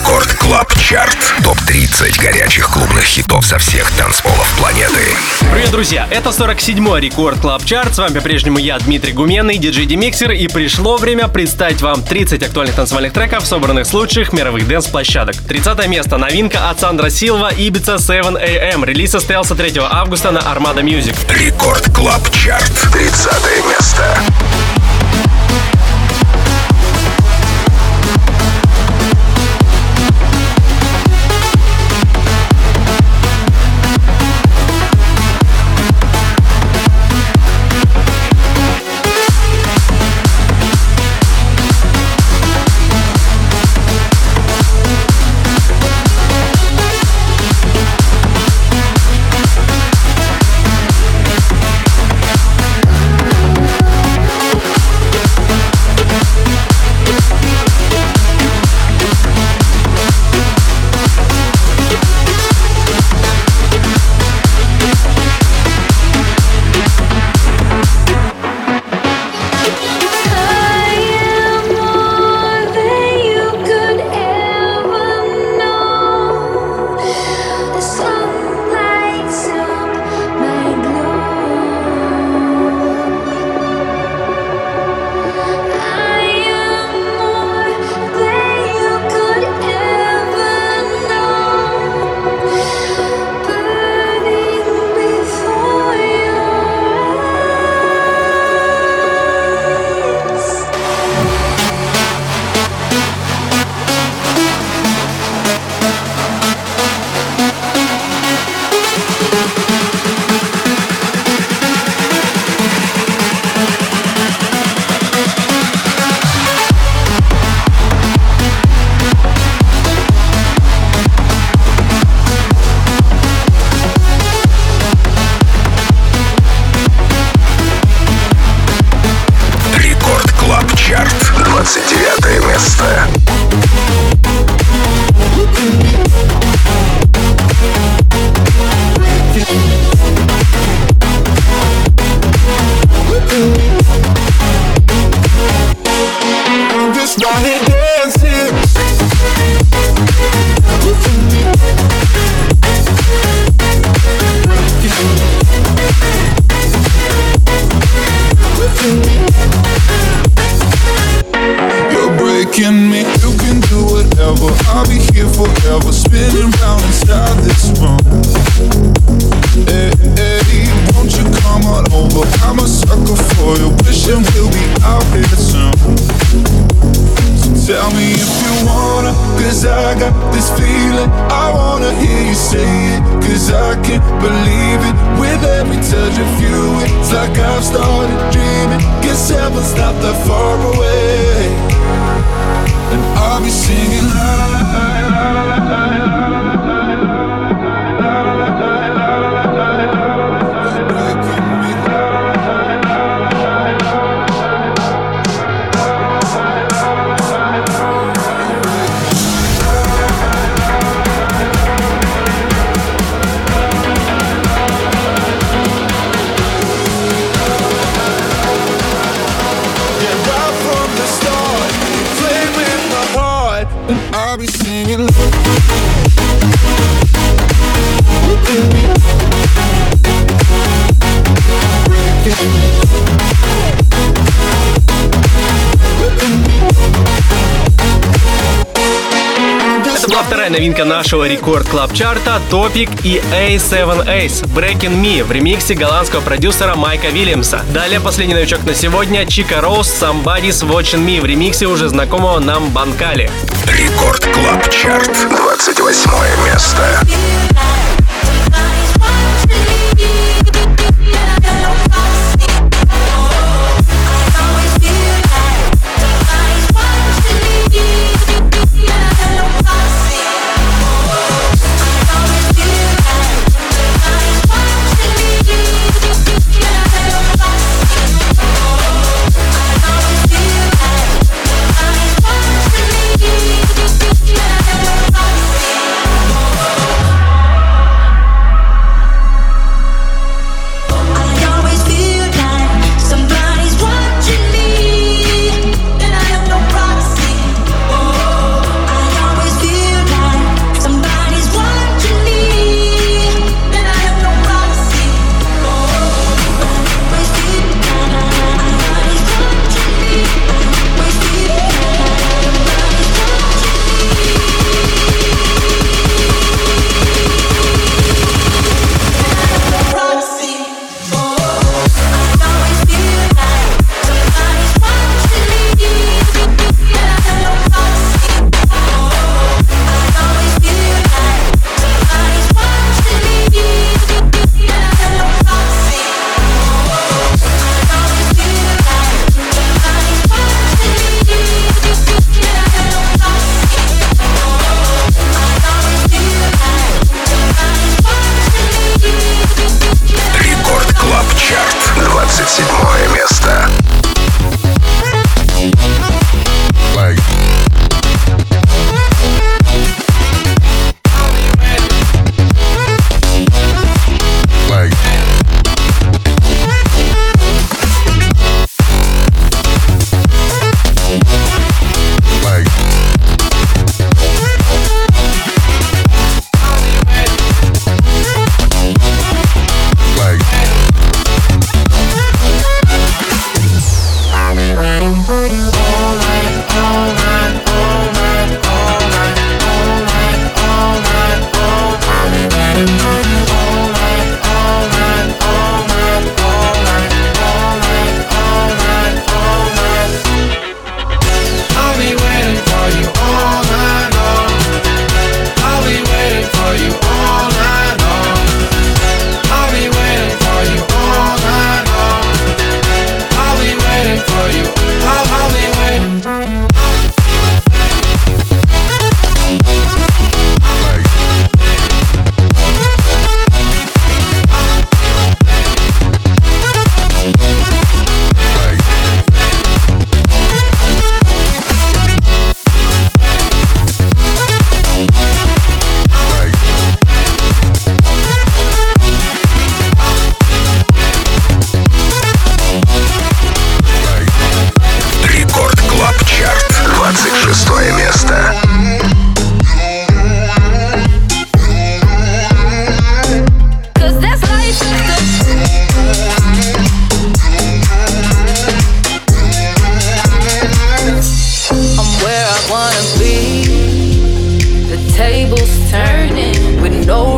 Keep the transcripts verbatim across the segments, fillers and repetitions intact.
Рекорд Клаб Чарт. топ тридцать горячих клубных хитов со всех танцполов планеты. Привет, друзья! Это сорок седьмой Рекорд Клаб Чарт. С вами по-прежнему я, Дмитрий Гуменный, диджей Демиксер. И пришло время представить вам тридцать актуальных танцевальных треков, собранных с лучших мировых дэнс-площадок. тридцатое место. Новинка от Сандра Силва, Ibiza семь эй эм. Релиз состоялся третьего августа на Armada Music. Рекорд Клаб Чарт. тридцатое место. Вторая новинка нашего Рекорд Клаб Чарта — Топик и эй семь Ace Breaking Me в ремиксе голландского продюсера Майка Вильямса. Далее последний новичок на сегодня — Чика Роуз Somebody's Watching Me в ремиксе уже знакомого нам Банкали. Рекорд Клаб Чарт. двадцать восьмое место.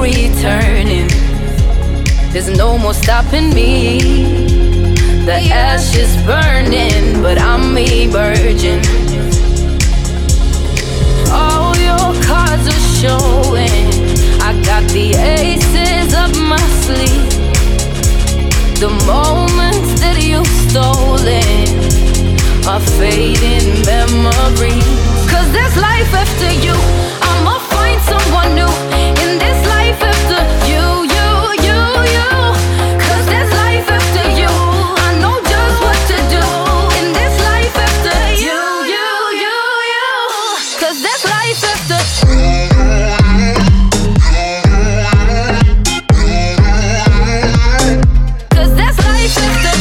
returning. There's no more stopping me. The ash is burning, but I'm emerging. All your cards are showing. I got the aces up my sleeve. The moments that you've stolen are fading memories. Cause there's life after you. I'ma find someone new in this life after you, you, you, you. Cause there's life after you. I know just what to do in this life after you, you, you, you. Cause there's life after. Cause there's life after.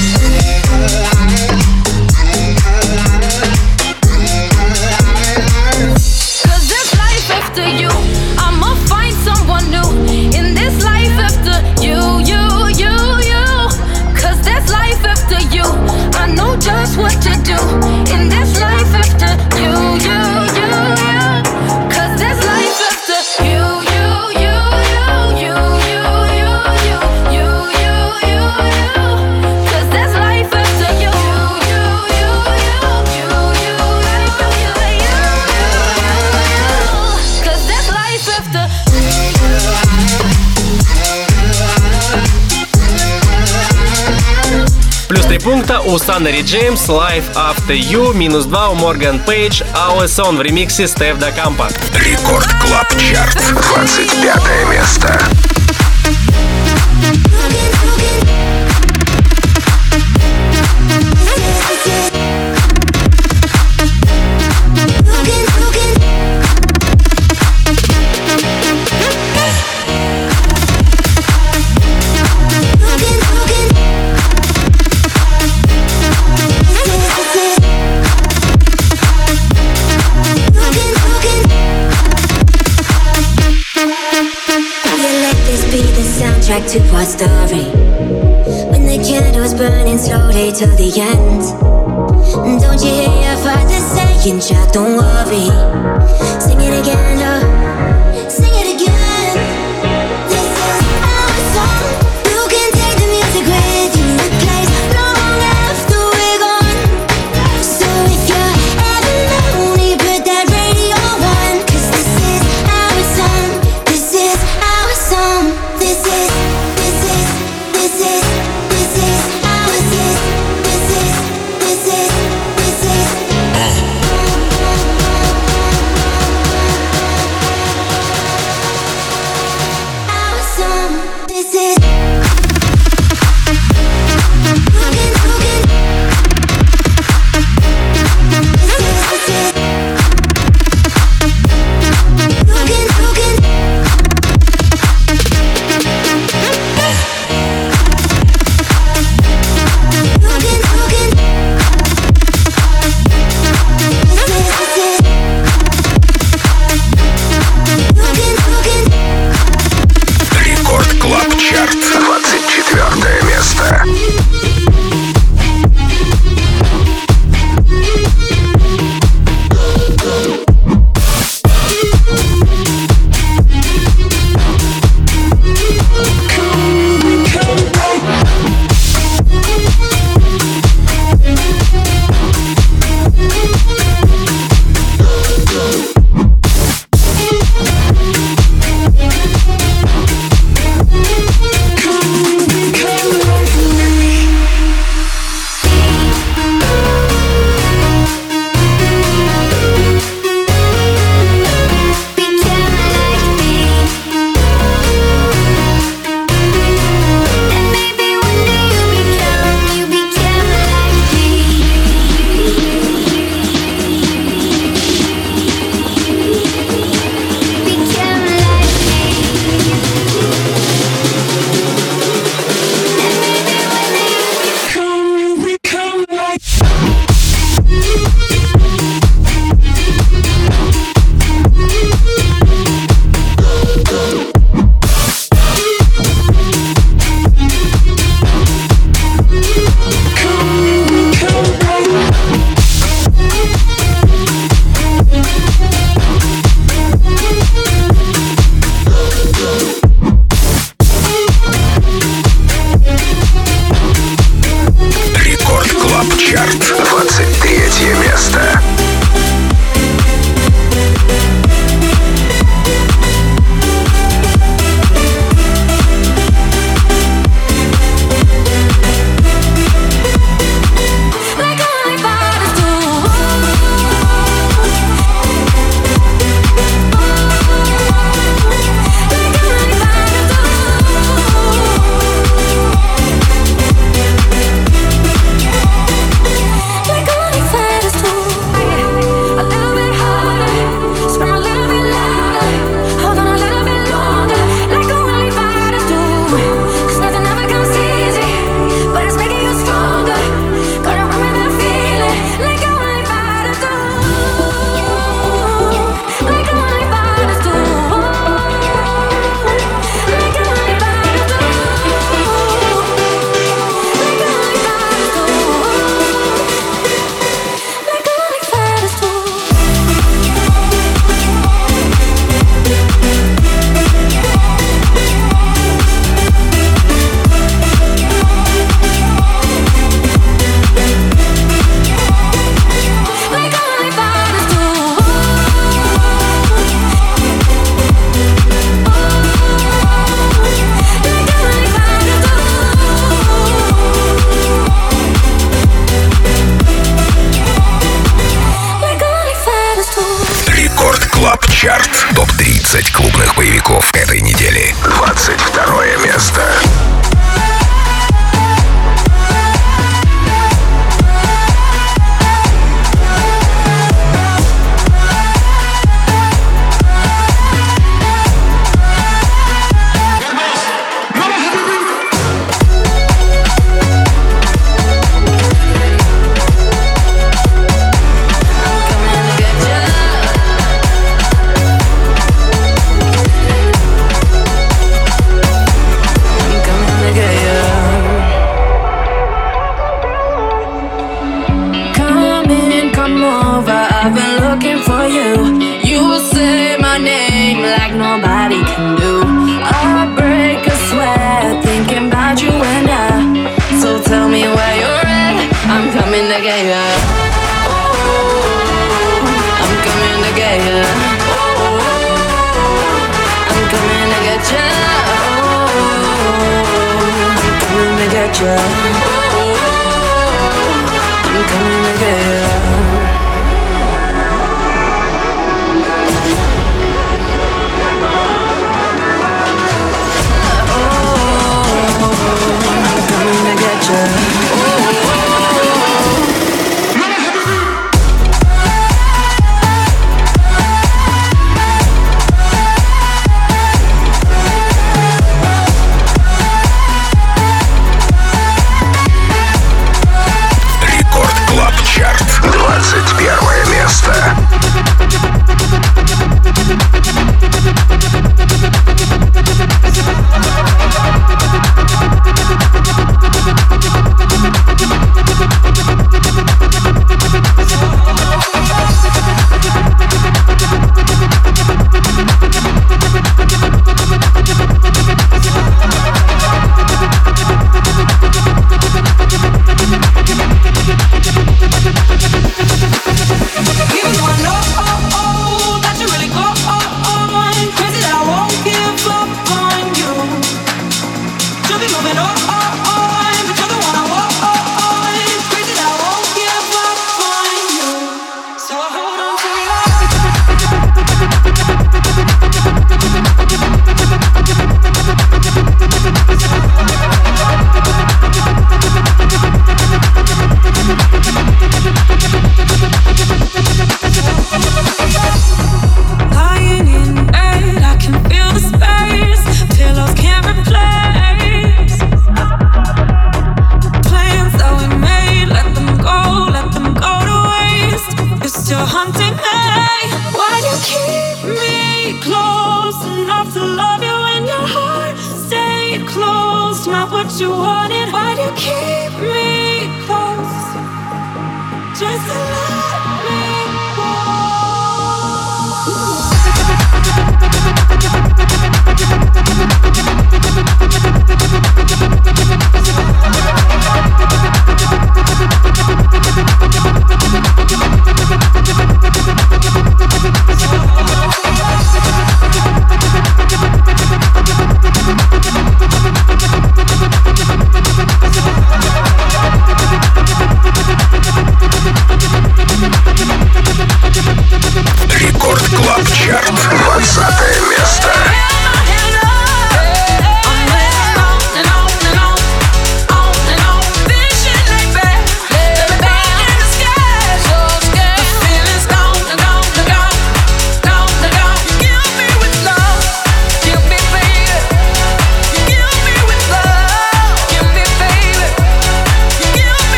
Cause there's life after you. I'ma find someone new in this life after you, you, you, you. Cause there's life after you. I know just what to do in this life after you, you, you, you. Cause there's life after you, you, you, you, you, you, you, you, you, you, you. Cause there's life after you, you, you, you, you, you, life after you, you. Cause there's life after. Плюс три пункта у Саннери Джеймс, Life After You, минус два у Морган Пейдж, Our Song в ремиксе Стеф да Кампа. Рекорд Клаб Чарт, двадцать пятое место. Soundtrack to our story. When the candles burning slowly to the end. Don't you hear your father saying, child, don't worry. Sing it again, oh, sing it again. This is our song. You can take the music with you. It plays long after we're gone. So if you're ever lonely, put that radio on. Cause this is our song. This is our song. This is, this is, this is, this is our, this is, this is, this is, this is. Чарт. топ тридцать клубных боевиков этой недели. двадцать второе место.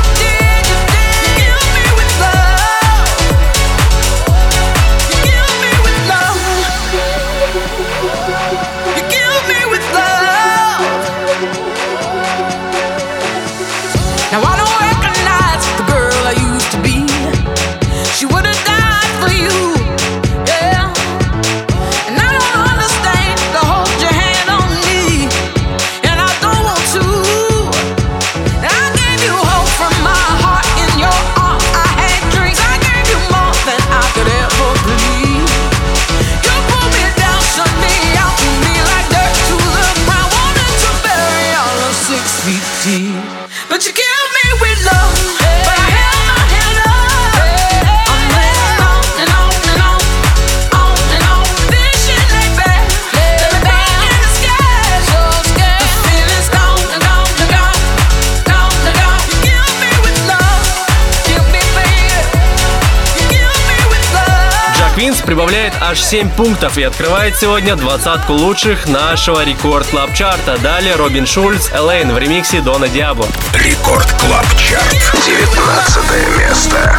Give me Твинс прибавляет аж семь пунктов и открывает сегодня двадцатку лучших нашего Рекорд Клаб Чарта. Далее Робин Шульц, Элейн в ремиксе Дона Диабло. Рекорд Клаб Чарт, девятнадцатое место.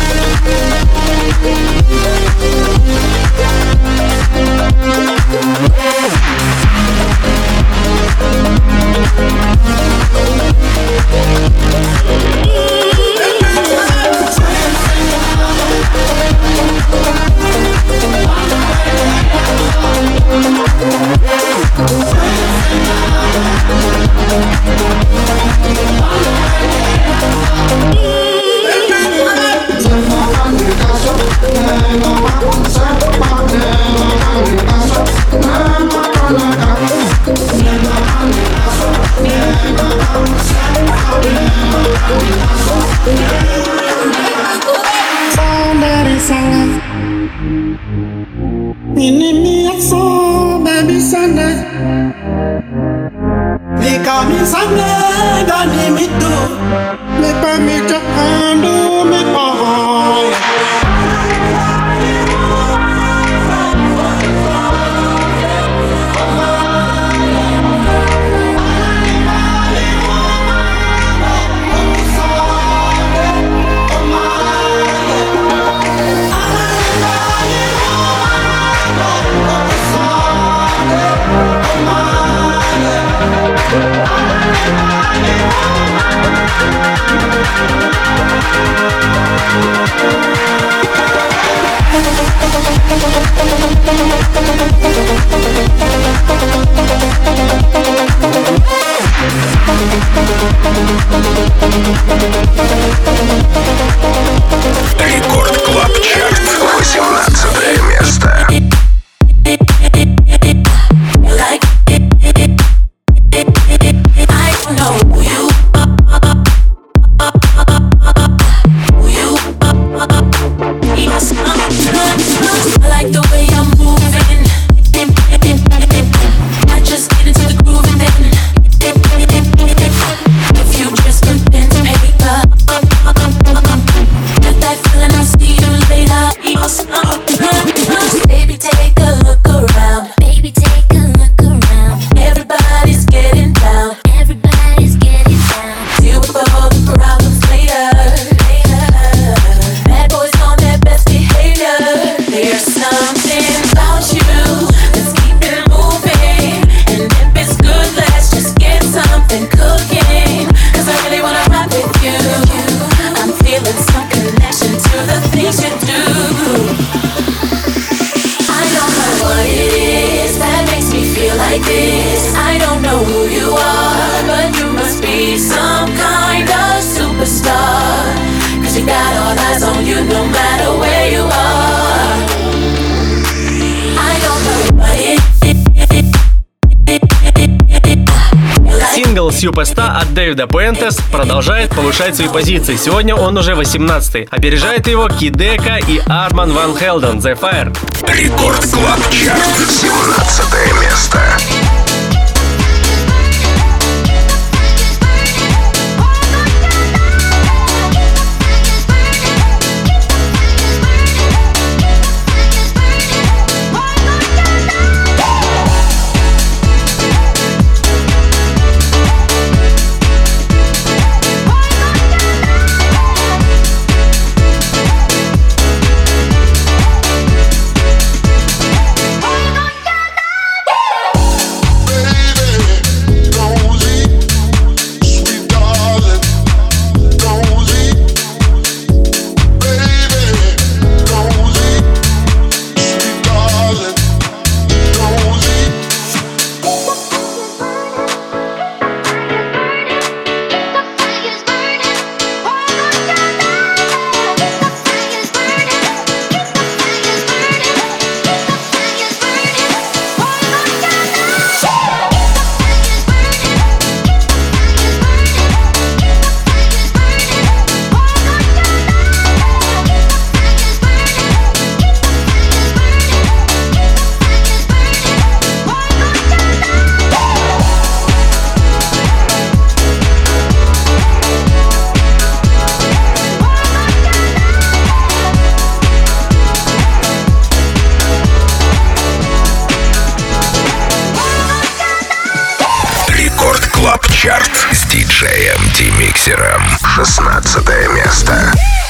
Somebody sang ini miat so baby sana di kami sana gani mitu me pamita ando me pahai Рекорд Клаб Чарт, восемнадцатое место. Superstar от Дэвида Пуэнтес продолжает повышать свои позиции. Сегодня он уже восемнадцатый. Опережает его Кидека и Арман Ван Хелден The Fire. Рекорд Клаб Чарт, семнадцатое место. диджеем Демиксером. шестнадцатое место.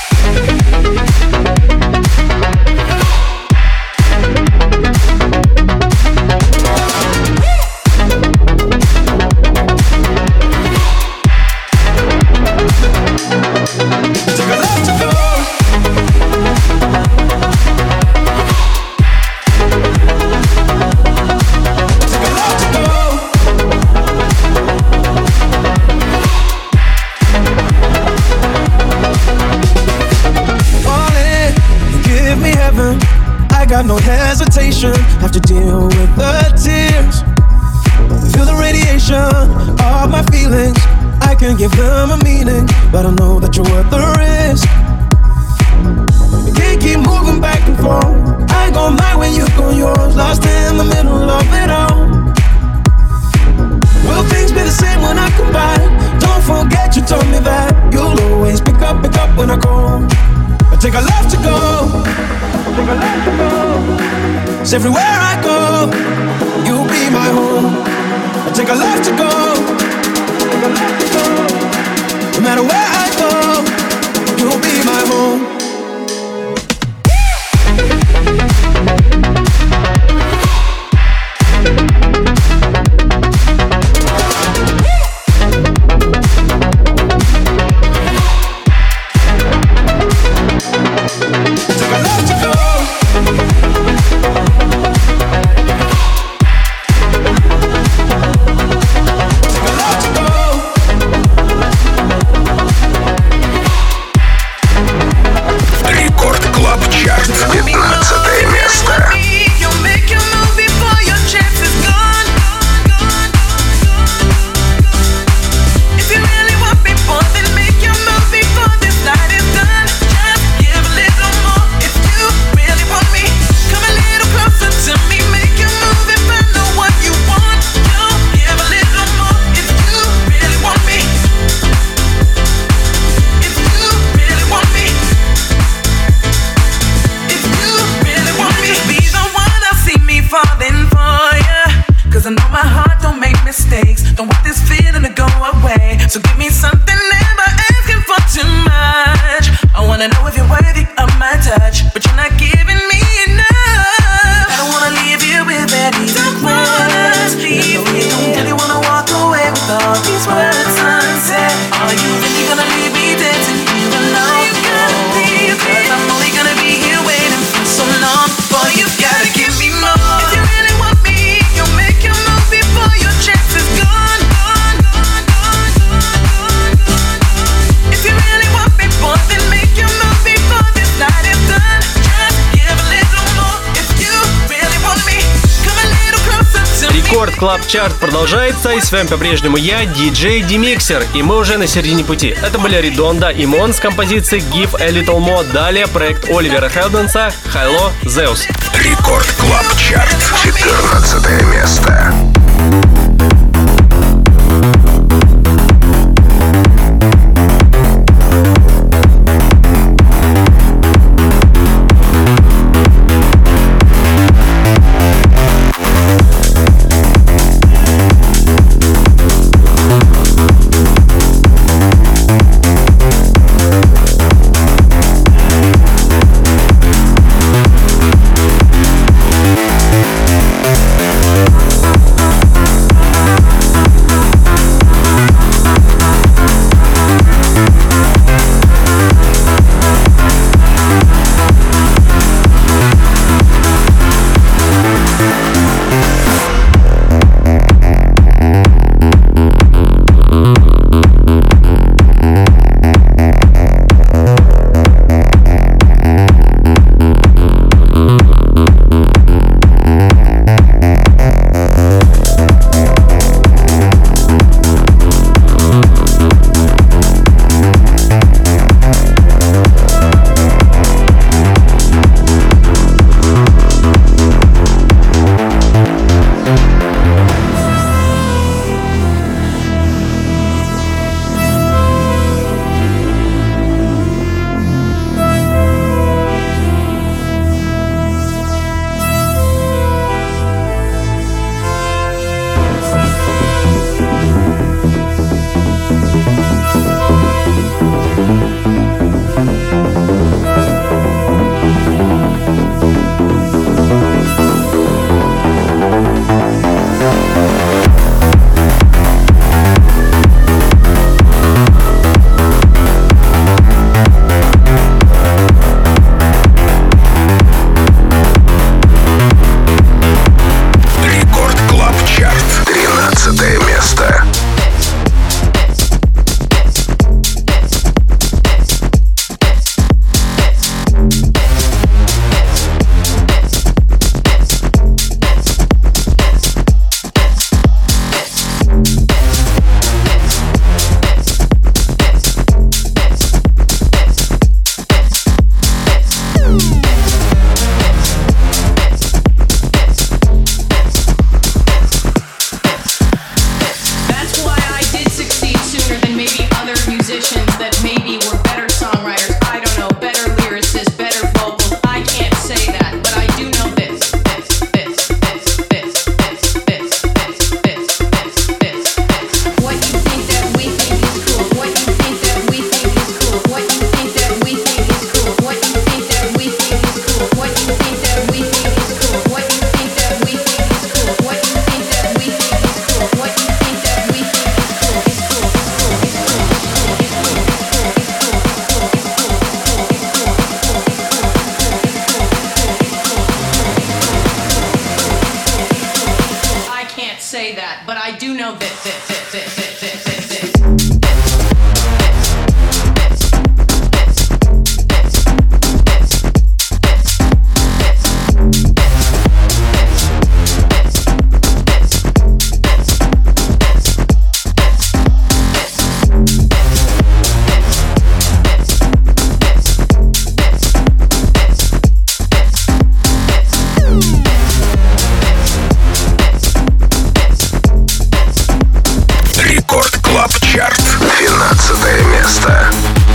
Got no hesitation, have to deal with the tears. Feel the radiation of my feelings. I can give them a meaning, but I know that you're worth the risk. We can't keep moving back and forth. I go mine when you go yours, lost in the middle of it all. Will things be the same when I come back? Don't forget you told me that you'll always pick up, pick up when I call. I take a love to go. It's everywhere I go, you'll be my home. I take a love to go. No matter where I go, you'll be my home. Клаб Чарт продолжается, и с вами по-прежнему я, диджей Демиксер, и мы уже на середине пути. Это были Редонда и Мон с композицией Give a Little More. Далее проект Оливера Хелденса Хайло Zeus. Рекорд Клаб Чарт, четырнадцатое место. We'll be right back. say that, but I do know this, this, this, this, this, this, this, this. двенадцатое место.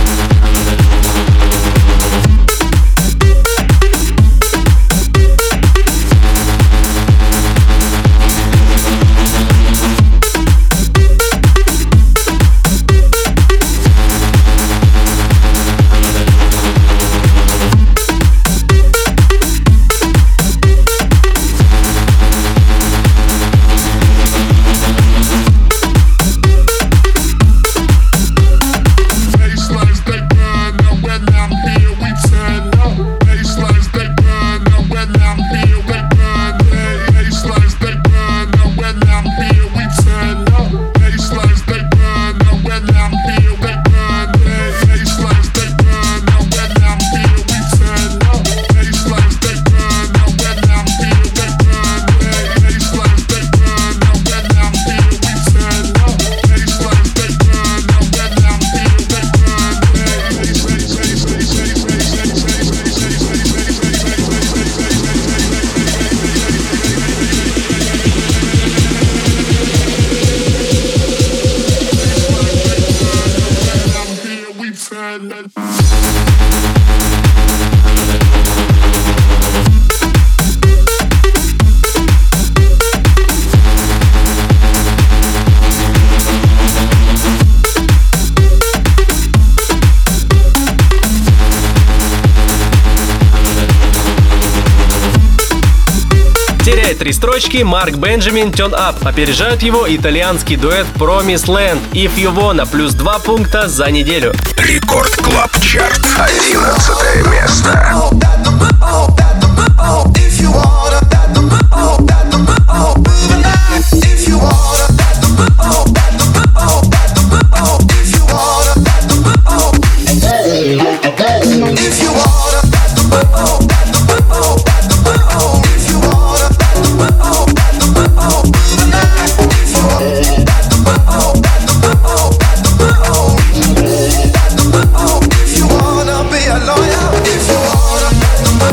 Три строчки Марк Бенджамин Turn Up. Опережают его итальянский дуэт Promised Land. If You Wanna плюс два пункта за неделю. Рекорд Клаб Чарт. Одиннадцатое место. If you wanna be a lawyer, if you wanna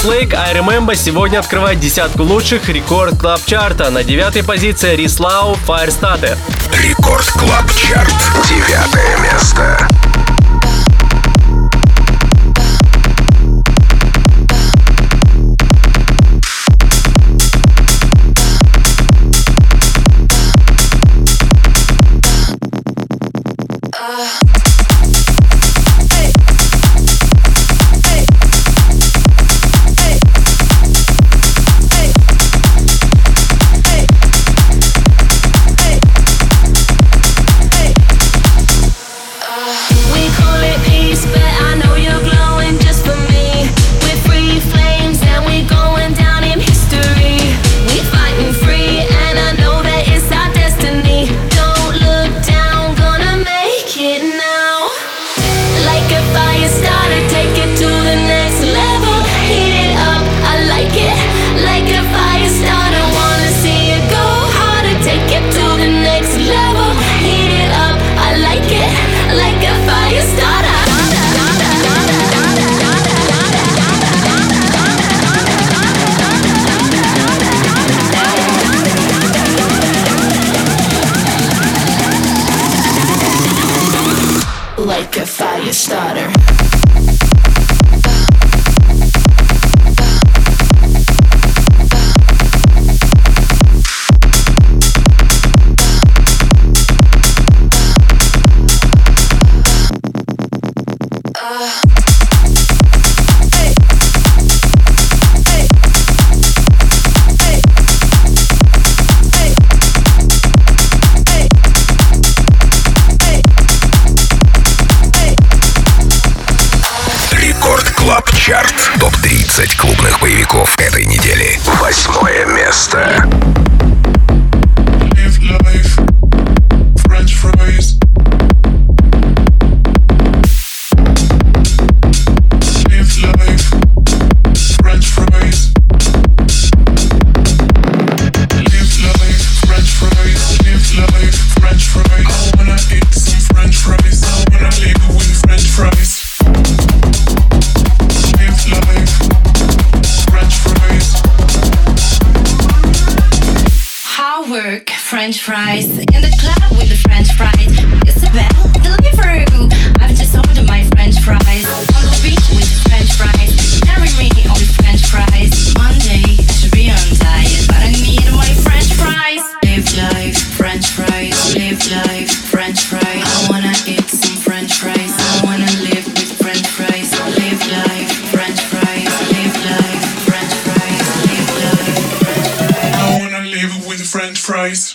Snowflake I Remember сегодня открывает десятку лучших Рекорд Клаб Чарта. На девятой позиции Рислау Firestarter. Рекорд Клаб Чарт. Девятое место. Like a fire starter. Чарт. топ тридцать клубных боевиков этой недели. Восьмое место. French fries in the club with the French fries. Isabel, Deliveroo. I've just ordered my French fries on the beach with the French fries. Marry me on the French fries. Monday I should be on diet, but I need my French fries. Live life, French fries. Live life, French fries. I wanna eat some French fries. I wanna live with French fries. Live life, French fries. Live life, French fries. Live life, French fries. I wanna live with French fries.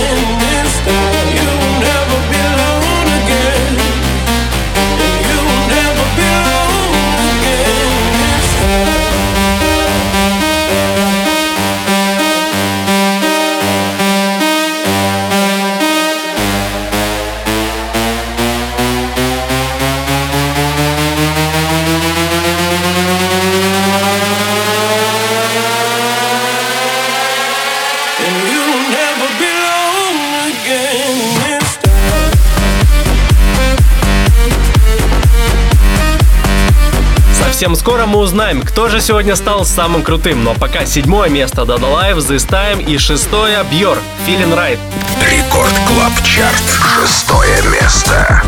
You Совсем скоро мы узнаем, кто же сегодня стал самым крутым. Но пока седьмое место Dada Life, This Time и шестое Björk, Feeling Right. Рекорд Клаб Чарт. Шестое место.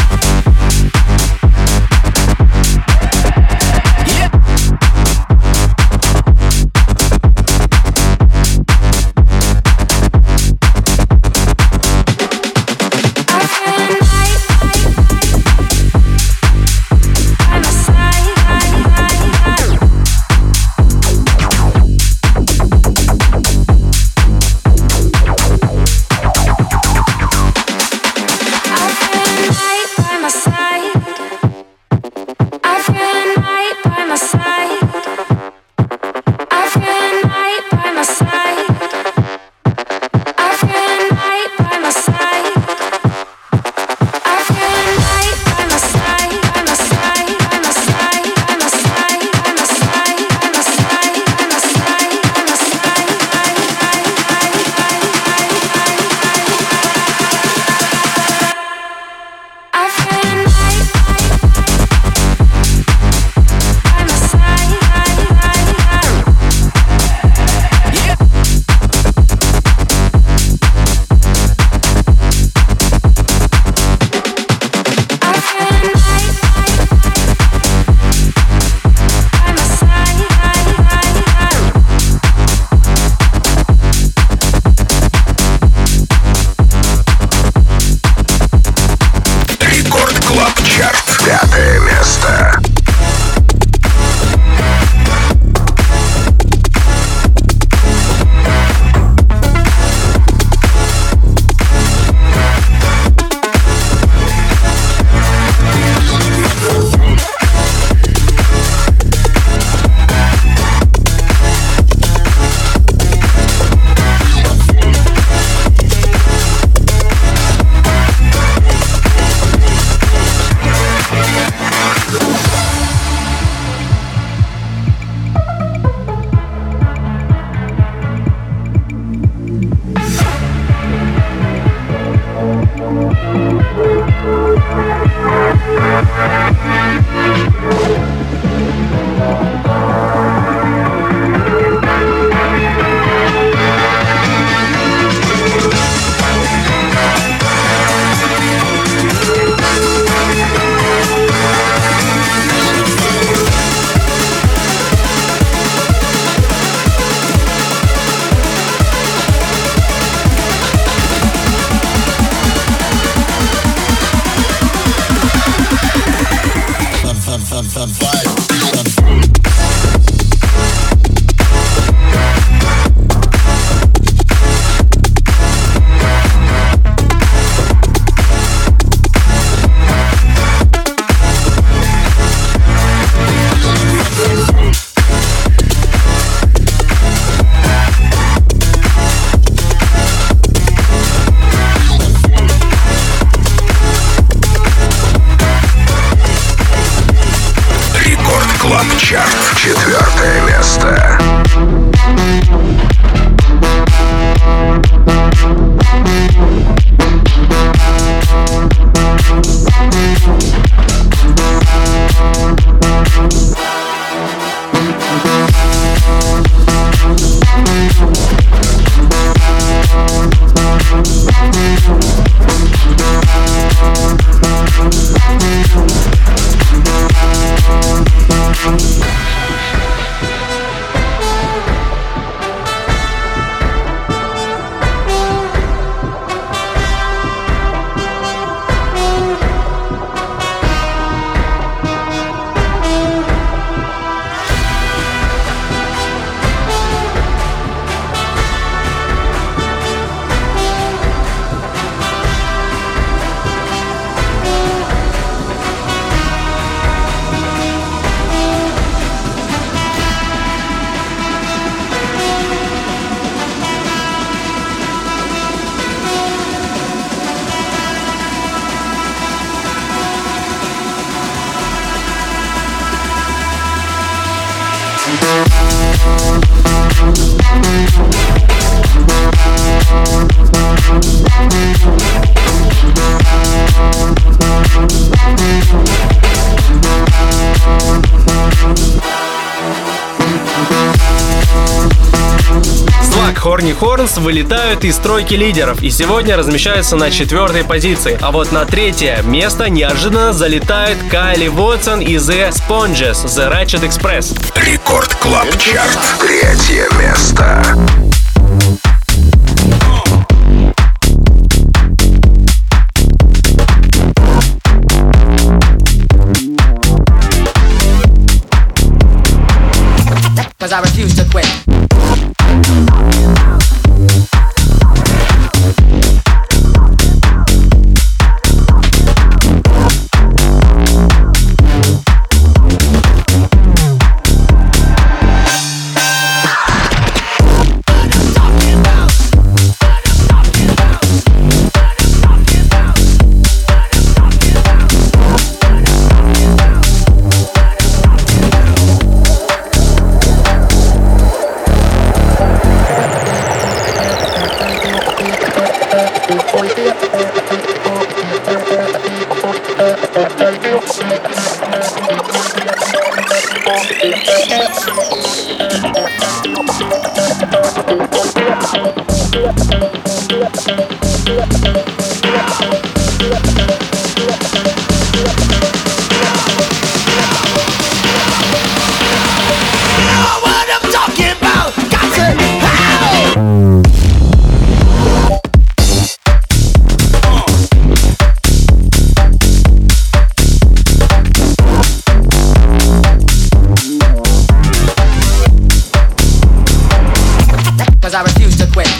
Четвертое место. Корни Хорнс вылетают из тройки лидеров и сегодня размещаются на четвертой позиции. А вот на третье место неожиданно залетает Кайли Вотсон и The Sponges, The Ratchet Express. Рекорд Клаб Чарт. Третье место. Cause I refuse to quit. I refuse to quit.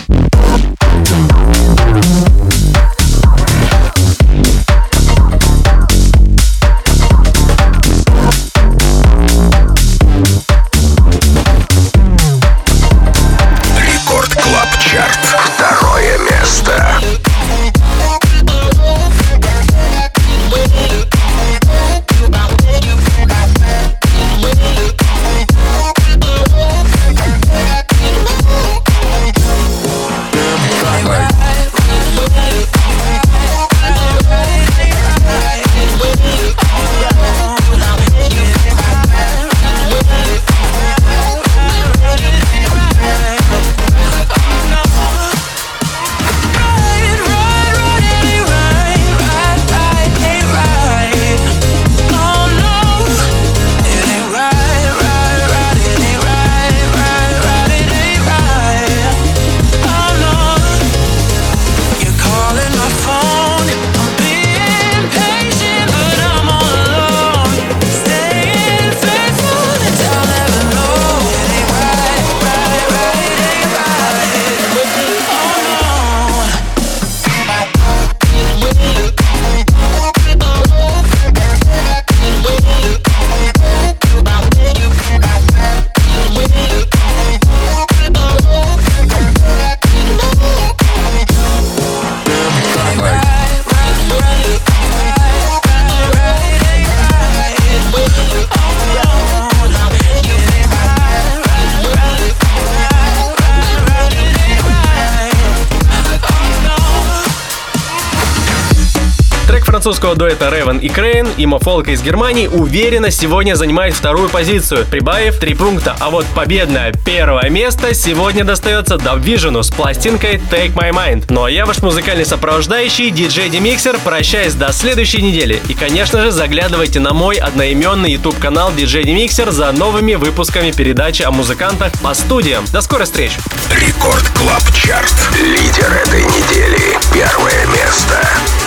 Рекорд Клаб Чарт. Второе место. Французского дуэта Raven и Crane и Мо-фолка из Германии уверенно сегодня занимает вторую позицию, прибавив три пункта. А вот победное первое место сегодня достается Dub Vision с пластинкой Take My Mind. Ну а я, ваш музыкальный сопровождающий, диджей Demixer, прощаюсь до следующей недели. И, конечно же, заглядывайте на мой одноименный YouTube-канал диджей Demixer за новыми выпусками передачи о музыкантах по студиям. До скорой встречи! Рекорд Клаб Чарт. Лидер этой недели. Первое место.